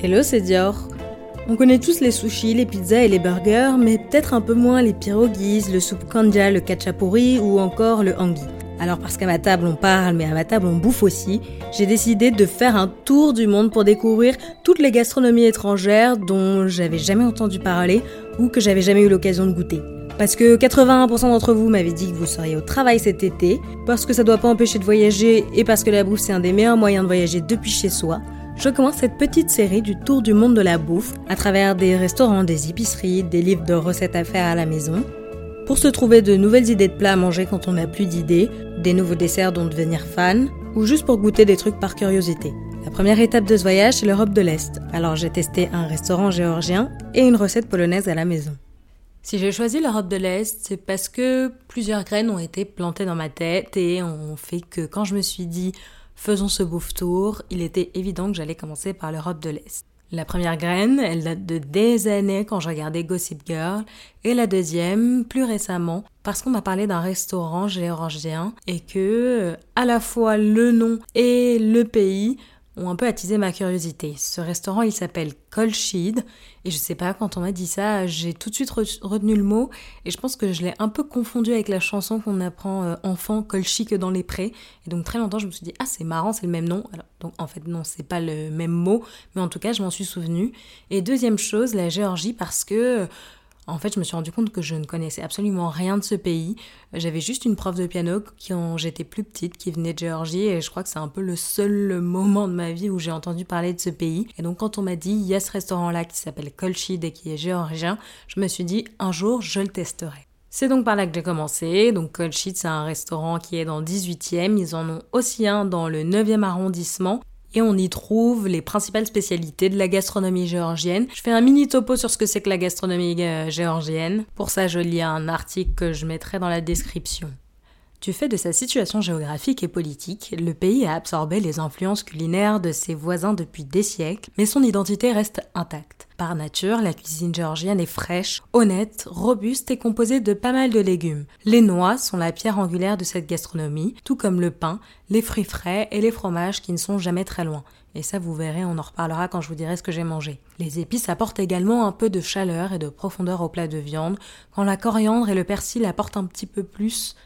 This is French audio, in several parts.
Hello, c'est Dior. On connaît tous les sushis, les pizzas et les burgers, mais peut-être un peu moins les pierogies, le soup kanja, le khachapuri ou encore le hangi. Alors parce qu'à ma table on parle, mais à ma table on bouffe aussi, j'ai décidé de faire un tour du monde pour découvrir toutes les gastronomies étrangères dont j'avais jamais entendu parler ou que j'avais jamais eu l'occasion de goûter. Parce que 81% d'entre vous m'avaient dit que vous seriez au travail cet été, parce que ça doit pas empêcher de voyager et parce que la bouffe c'est un des meilleurs moyens de voyager depuis chez soi, je commence cette petite série du tour du monde de la bouffe à travers des restaurants, des épiceries, des livres de recettes à faire à la maison, pour se trouver de nouvelles idées de plats à manger quand on n'a plus d'idées, des nouveaux desserts dont devenir fan, ou juste pour goûter des trucs par curiosité. La première étape de ce voyage, c'est l'Europe de l'Est. Alors j'ai testé un restaurant géorgien et une recette polonaise à la maison. Si j'ai choisi l'Europe de l'Est, c'est parce que plusieurs graines ont été plantées dans ma tête et ont fait que quand je me suis dit « faisons ce bouffe tour », il était évident que j'allais commencer par l'Europe de l'Est. La première graine, elle date de des années quand je regardais Gossip Girl, et la deuxième, plus récemment, parce qu'on m'a parlé d'un restaurant géorgien et que, à la fois le nom et le pays ont un peu attisé ma curiosité. Ce restaurant, il s'appelle Kolchid, et je sais pas, quand on m'a dit ça, j'ai tout de suite retenu le mot, et je pense que je l'ai un peu confondu avec la chanson qu'on apprend enfant, Kolchi que dans les prés, et donc très longtemps je me suis dit, ah c'est marrant, c'est le même nom, alors donc en fait non, c'est pas le même mot, mais en tout cas je m'en suis souvenu. Et deuxième chose, la Géorgie, parce que en fait, je me suis rendu compte que je ne connaissais absolument rien de ce pays. J'avais juste une prof de piano quand j'étais plus petite qui venait de Géorgie et je crois que c'est un peu le seul moment de ma vie où j'ai entendu parler de ce pays. Et donc quand on m'a dit il y a ce restaurant-là qui s'appelle Kolchid et qui est géorgien, je me suis dit un jour je le testerai. C'est donc par là que j'ai commencé. Donc Kolchid, c'est un restaurant qui est dans le 18e. Ils en ont aussi un dans le 9e arrondissement. Et on y trouve les principales spécialités de la gastronomie géorgienne. Je fais un mini topo sur ce que c'est que la gastronomie géorgienne. Pour ça, je lis un article que je mettrai dans la description. Du fait de sa situation géographique et politique, le pays a absorbé les influences culinaires de ses voisins depuis des siècles, mais son identité reste intacte. Par nature, la cuisine géorgienne est fraîche, honnête, robuste et composée de pas mal de légumes. Les noix sont la pierre angulaire de cette gastronomie, tout comme le pain, les fruits frais et les fromages qui ne sont jamais très loin. Et ça, vous verrez, on en reparlera quand je vous dirai ce que j'ai mangé. Les épices apportent également un peu de chaleur et de profondeur au plat de viande, quand la coriandre et le persil apportent un petit plus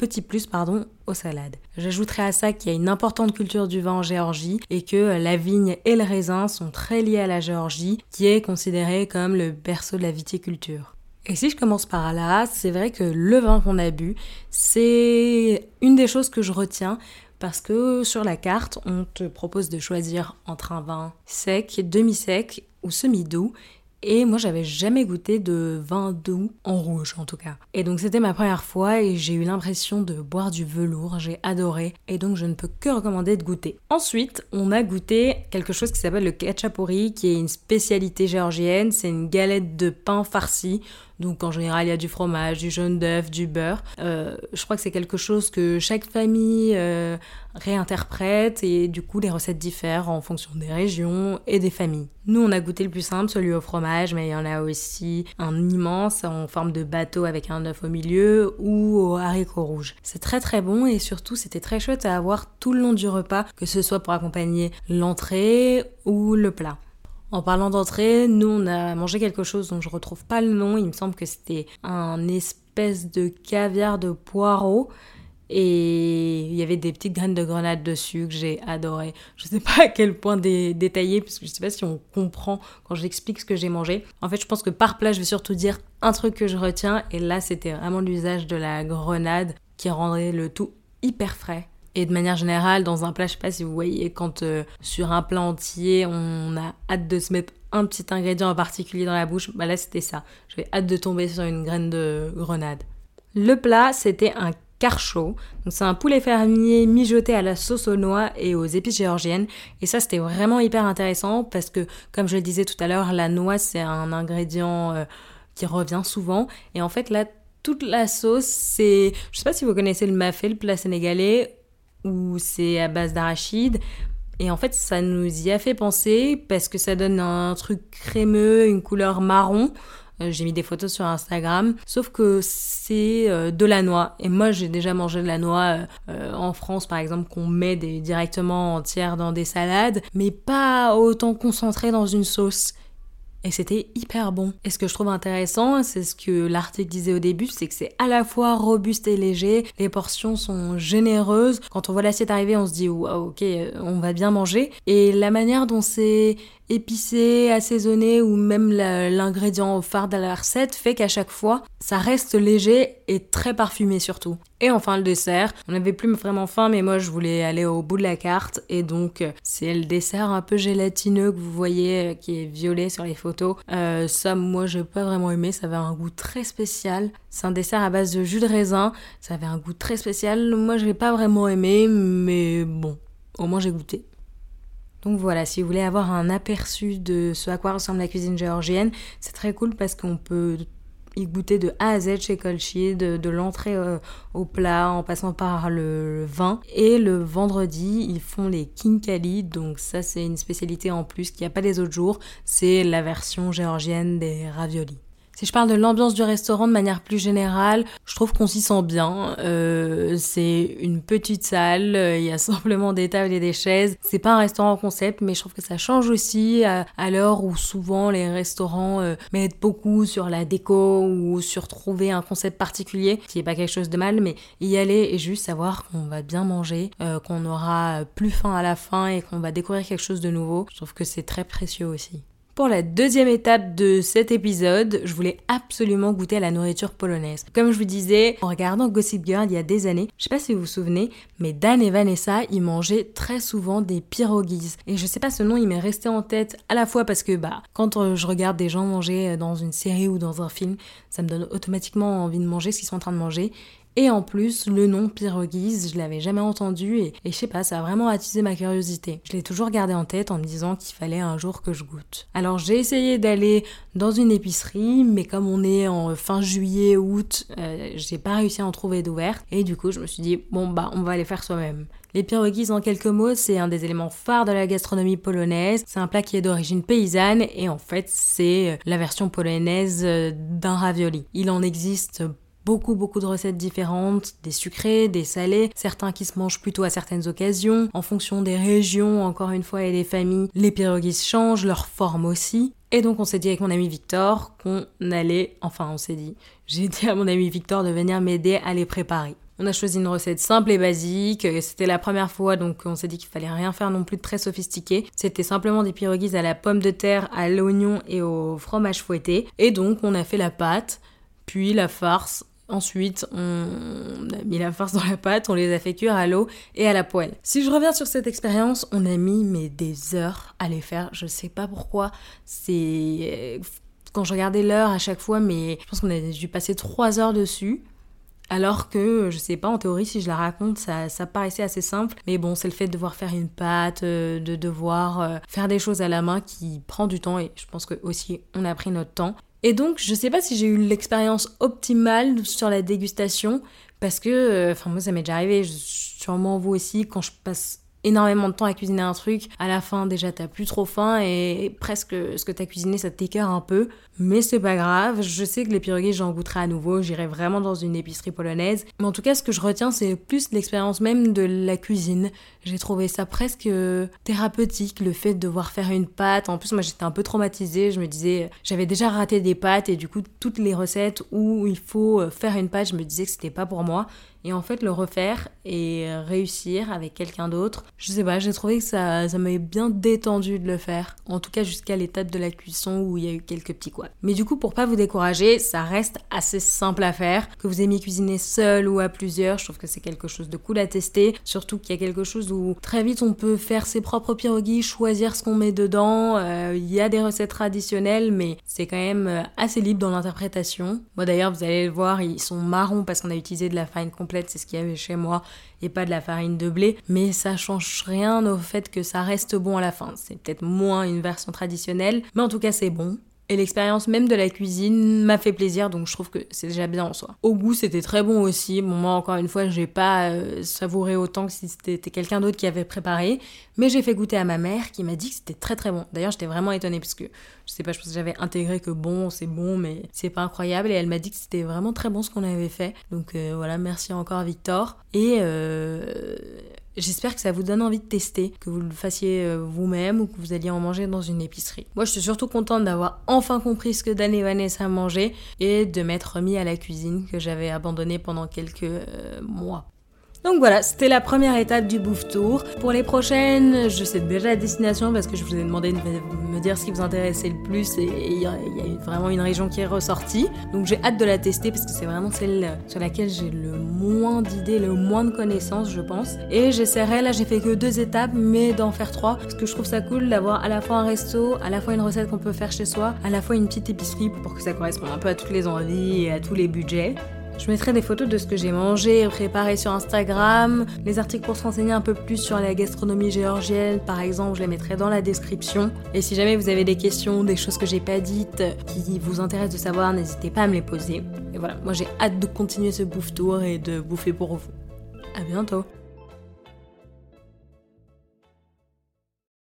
aux salades. J'ajouterai à ça qu'il y a une importante culture du vin en Géorgie et que la vigne et le raisin sont très liés à la Géorgie, qui est considérée comme le berceau de la viticulture. Et si je commence par là, c'est vrai que le vin qu'on a bu, c'est une des choses que je retiens parce que sur la carte, on te propose de choisir entre un vin sec, demi-sec ou semi-doux. Et moi, j'avais jamais goûté de vin doux, en rouge en tout cas. Et donc c'était ma première fois et j'ai eu l'impression de boire du velours, j'ai adoré. Et donc je ne peux que recommander de goûter. Ensuite, on a goûté quelque chose qui s'appelle le khachapuri, qui est une spécialité géorgienne. C'est une galette de pain farci. Donc en général, il y a du fromage, du jaune d'œuf, du beurre. Je crois que c'est quelque chose que chaque famille réinterprète et du coup, les recettes diffèrent en fonction des régions et des familles. Nous, on a goûté le plus simple, celui au fromage, mais il y en a aussi un immense en forme de bateau avec un œuf au milieu ou aux haricots rouges. C'est très très bon et surtout, c'était très chouette à avoir tout le long du repas, que ce soit pour accompagner l'entrée ou le plat. En parlant d'entrée, nous on a mangé quelque chose dont je retrouve pas le nom, il me semble que c'était un espèce de caviar de poireau et il y avait des petites graines de grenade dessus que j'ai adoré. Je sais pas à quel point détailler parce que je sais pas si on comprend quand j'explique ce que j'ai mangé. En fait, je pense que par plat, je vais surtout dire un truc que je retiens et là c'était vraiment l'usage de la grenade qui rendrait le tout hyper frais. Et de manière générale, dans un plat, je sais pas si vous voyez, quand sur un plat entier, on a hâte de se mettre un petit ingrédient en particulier dans la bouche, bah là c'était ça. J'avais hâte de tomber sur une graine de grenade. Le plat, c'était un karcho. Donc c'est un poulet fermier mijoté à la sauce aux noix et aux épices géorgiennes. Et ça, c'était vraiment hyper intéressant parce que, comme je le disais tout à l'heure, la noix, c'est un ingrédient qui revient souvent. Et en fait, là, toute la sauce, c'est... Je sais pas si vous connaissez le mafé, le plat sénégalais, où c'est à base d'arachide. Et en fait, ça nous y a fait penser parce que ça donne un truc crémeux, une couleur marron. J'ai mis des photos sur Instagram, sauf que c'est de la noix. Et moi, j'ai déjà mangé de la noix en France, par exemple, qu'on met directement entière dans des salades, mais pas autant concentré dans une sauce. Et c'était hyper bon. Et ce que je trouve intéressant, c'est ce que l'article disait au début, c'est que c'est à la fois robuste et léger, les portions sont généreuses. Quand on voit l'assiette arriver, on se dit wow, ok, on va bien manger. Et la manière dont c'est épicé, assaisonné ou même l'ingrédient phare de la recette fait qu'à chaque fois, ça reste léger et très parfumé surtout. Et enfin le dessert, on n'avait plus vraiment faim mais moi je voulais aller au bout de la carte et donc c'est le dessert un peu gélatineux que vous voyez qui est violet sur les photos. Ça moi j'ai pas vraiment aimé, ça avait un goût très spécial. C'est un dessert à base de jus de raisin, ça avait un goût très spécial. Moi je l'ai pas vraiment aimé mais bon, au moins j'ai goûté. Donc voilà, si vous voulez avoir un aperçu de ce à quoi ressemble la cuisine géorgienne, c'est très cool parce qu'on peut y goûter de A à Z chez Kolchi, de l'entrée au plat en passant par le vin. Et le vendredi, ils font les khinkali, donc ça c'est une spécialité en plus qu'il n'y a pas les autres jours, c'est la version géorgienne des raviolis. Si je parle de l'ambiance du restaurant de manière plus générale, je trouve qu'on s'y sent bien. C'est une petite salle, il y a simplement des tables et des chaises. C'est pas un restaurant concept, mais je trouve que ça change aussi à l'heure où souvent les restaurants mettent beaucoup sur la déco ou sur trouver un concept particulier, qui est pas quelque chose de mal, mais y aller et juste savoir qu'on va bien manger, qu'on aura plus faim à la fin et qu'on va découvrir quelque chose de nouveau. Je trouve que c'est très précieux aussi. Pour la deuxième étape de cet épisode, je voulais absolument goûter à la nourriture polonaise. Comme je vous disais, en regardant Gossip Girl il y a des années, je sais pas si vous vous souvenez, mais Dan et Vanessa, ils mangeaient très souvent des pierogies. Et je sais pas, ce nom, il m'est resté en tête à la fois parce que quand je regarde des gens manger dans une série ou dans un film, ça me donne automatiquement envie de manger ce qu'ils sont en train de manger. Et en plus, le nom pierogies, je l'avais jamais entendu et je sais pas, ça a vraiment attisé ma curiosité. Je l'ai toujours gardé en tête en me disant qu'il fallait un jour que je goûte. Alors j'ai essayé d'aller dans une épicerie, mais comme on est en fin juillet, août, j'ai pas réussi à en trouver d'ouverte. Et du coup, je me suis dit, on va les faire soi-même. Les pierogies, en quelques mots, c'est un des éléments phares de la gastronomie polonaise. C'est un plat qui est d'origine paysanne et en fait, c'est la version polonaise d'un ravioli. Il en existe beaucoup de recettes différentes, des sucrés, des salés, certains qui se mangent plutôt à certaines occasions, en fonction des régions, encore une fois, et des familles. Les pierogies changent, leur forme aussi. Et donc on s'est dit avec mon ami Victor j'ai dit à mon ami Victor de venir m'aider à les préparer. On a choisi une recette simple et basique, c'était la première fois donc on s'est dit qu'il fallait rien faire non plus de très sophistiqué. C'était simplement des pierogies à la pomme de terre, à l'oignon et au fromage fouetté. Et donc on a fait la pâte, puis la farce. Ensuite, on a mis la farce dans la pâte, on les a fait cuire à l'eau et à la poêle. Si je reviens sur cette expérience, on a mis des heures à les faire. Je sais pas pourquoi. Quand je regardais l'heure à chaque fois, mais je pense qu'on a dû passer 3 heures dessus. Alors que, je sais pas, en théorie, si je la raconte, ça paraissait assez simple. Mais bon, c'est le fait de devoir faire une pâte, de devoir faire des choses à la main qui prend du temps. Et je pense que aussi, on a pris notre temps. Et donc, je sais pas si j'ai eu l'expérience optimale sur la dégustation, parce que, moi ça m'est déjà arrivé, sûrement vous aussi, quand je passe énormément de temps à cuisiner un truc, à la fin déjà t'as plus trop faim et presque ce que t'as cuisiné ça t'écœure un peu, mais c'est pas grave, je sais que les pierogies j'en goûterai à nouveau, j'irai vraiment dans une épicerie polonaise, mais en tout cas ce que je retiens c'est plus l'expérience même de la cuisine. J'ai trouvé ça presque thérapeutique, le fait de devoir faire une pâte. En plus moi j'étais un peu traumatisée, je me disais, j'avais déjà raté des pâtes et du coup toutes les recettes où il faut faire une pâte, je me disais que c'était pas pour moi. Et en fait, le refaire et réussir avec quelqu'un d'autre, je sais pas, j'ai trouvé que ça m'avait bien détendu de le faire. En tout cas, jusqu'à l'étape de la cuisson où il y a eu quelques petits couacs. Mais du coup, pour pas vous décourager, ça reste assez simple à faire. Que vous aimiez cuisiner seul ou à plusieurs, je trouve que c'est quelque chose de cool à tester. Surtout qu'il y a quelque chose où très vite on peut faire ses propres pierogies, choisir ce qu'on met dedans. Il y a des recettes traditionnelles, mais c'est quand même assez libre dans l'interprétation. Moi d'ailleurs, vous allez le voir, ils sont marrons parce qu'on a utilisé de la farine complète, c'est ce qu'il y avait chez moi et pas de la farine de blé, mais ça change rien au fait que ça reste bon à la fin. C'est peut-être moins une version traditionnelle, mais en tout cas c'est bon. Et l'expérience même de la cuisine m'a fait plaisir, donc je trouve que c'est déjà bien en soi. Au goût, c'était très bon aussi. Bon, moi, encore une fois, j'ai pas savouré autant que si c'était quelqu'un d'autre qui avait préparé, mais j'ai fait goûter à ma mère qui m'a dit que c'était très très bon. D'ailleurs, j'étais vraiment étonnée parce que, je sais pas, je pense que j'avais intégré que bon, mais c'est pas incroyable. Et elle m'a dit que c'était vraiment très bon ce qu'on avait fait. Donc voilà, merci encore Victor. Et j'espère que ça vous donne envie de tester, que vous le fassiez vous-même ou que vous alliez en manger dans une épicerie. Moi, je suis surtout contente d'avoir enfin compris ce que Dan et Vanessa mangeaient et de m'être remis à la cuisine que j'avais abandonnée pendant quelques mois. Donc voilà, c'était la première étape du Bouffe Tour. Pour les prochaines, je sais déjà la destination parce que je vous ai demandé de me dire ce qui vous intéressait le plus et il y a vraiment une région qui est ressortie. Donc j'ai hâte de la tester parce que c'est vraiment celle sur laquelle j'ai le moins d'idées, le moins de connaissances, je pense. Et j'essaierai, là j'ai fait que 2 étapes, mais d'en faire 3 parce que je trouve ça cool d'avoir à la fois un resto, à la fois une recette qu'on peut faire chez soi, à la fois une petite épicerie pour que ça corresponde un peu à toutes les envies et à tous les budgets. Je mettrai des photos de ce que j'ai mangé et préparé sur Instagram. Les articles pour se renseigner un peu plus sur la gastronomie géorgienne, par exemple, je les mettrai dans la description. Et si jamais vous avez des questions, des choses que j'ai pas dites, qui vous intéressent de savoir, n'hésitez pas à me les poser. Et voilà, moi j'ai hâte de continuer ce bouffe tour et de bouffer pour vous. À bientôt.